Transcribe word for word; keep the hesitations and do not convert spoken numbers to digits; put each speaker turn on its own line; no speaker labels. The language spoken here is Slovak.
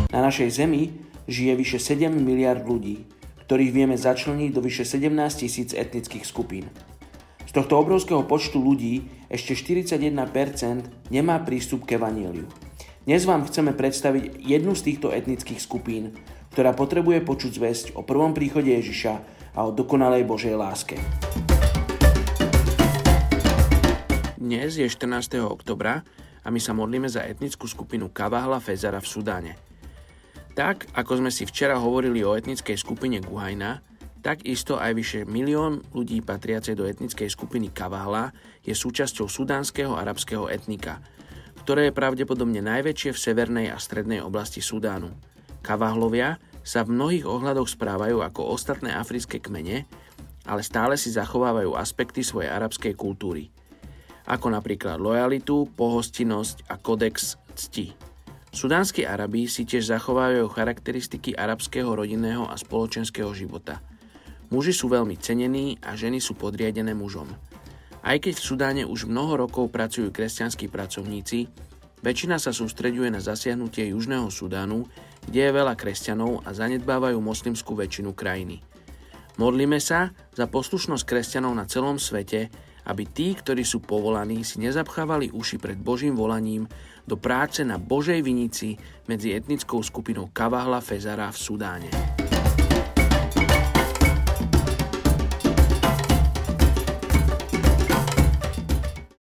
Na našej Zemi žije vyše sedem miliárd ľudí, ktorých vieme začleniť do vyše sedemnásť tisíc etnických skupín. Z tohto obrovského počtu ľudí ešte štyridsaťjeden percent nemá prístup k evanjeliu. Dnes vám chceme predstaviť jednu z týchto etnických skupín, ktorá potrebuje počuť zvesť o prvom príchode Ježiša a o dokonalej Božej láske. Dnes je štrnásteho októbra a my sa modlíme za etnickú skupinu Kavahla Fezara v Sudáne. Tak, ako sme si včera hovorili o etnickej skupine Guhajna, tak isto aj vyše milión ľudí patriacej do etnickej skupiny Kavahla je súčasťou sudánskeho arabského etnika, ktoré je pravdepodobne najväčšie v severnej a strednej oblasti Sudánu. Kavahlovia sa v mnohých ohľadoch správajú ako ostatné africké kmene, ale stále si zachovávajú aspekty svojej arabskej kultúry, ako napríklad lojalitu, pohostinnosť a kodex cti. Sudánski Arabi si tiež zachovávajú charakteristiky arabského rodinného a spoločenského života. Muži sú veľmi cenení a ženy sú podriadené mužom. Aj keď v Sudáne už mnoho rokov pracujú kresťanskí pracovníci, väčšina sa sústreďuje na zasiahnutie Južného Sudánu, kde je veľa kresťanov a zanedbávajú moslimskú väčšinu krajiny. Modlíme sa za poslušnosť kresťanov na celom svete, aby tí, ktorí sú povolaní, si nezapchávali uši pred Božím volaním do práce na Božej vinici medzi etnickou skupinou Kavahla Fezara v Sudáne.